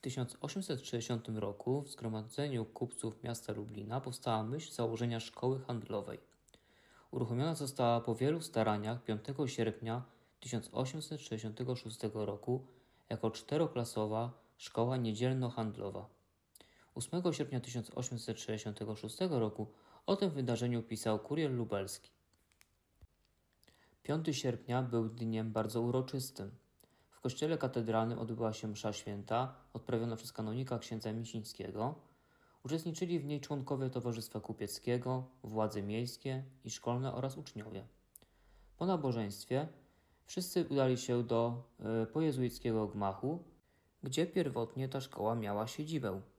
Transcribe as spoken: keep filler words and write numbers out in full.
tysiąc osiemset sześćdziesiątym roku w Zgromadzeniu Kupców Miasta Lublina powstała myśl założenia szkoły handlowej. Uruchomiona została po wielu staraniach piątego sierpnia tysiąc osiemset sześćdziesiątego szóstego roku jako czteroklasowa szkoła niedzielno-handlowa. ósmego sierpnia tysiąc osiemset sześćdziesiątego szóstego roku o tym wydarzeniu pisał Kurier Lubelski. piątego sierpnia był dniem bardzo uroczystym. W kościele katedralnym odbyła się msza święta, odprawiona przez kanonika księdza Misińskiego. Uczestniczyli w niej członkowie Towarzystwa Kupieckiego, władze miejskie i szkolne oraz uczniowie. Po nabożeństwie wszyscy udali się do y, pojezuickiego gmachu, gdzie pierwotnie ta szkoła miała siedzibę.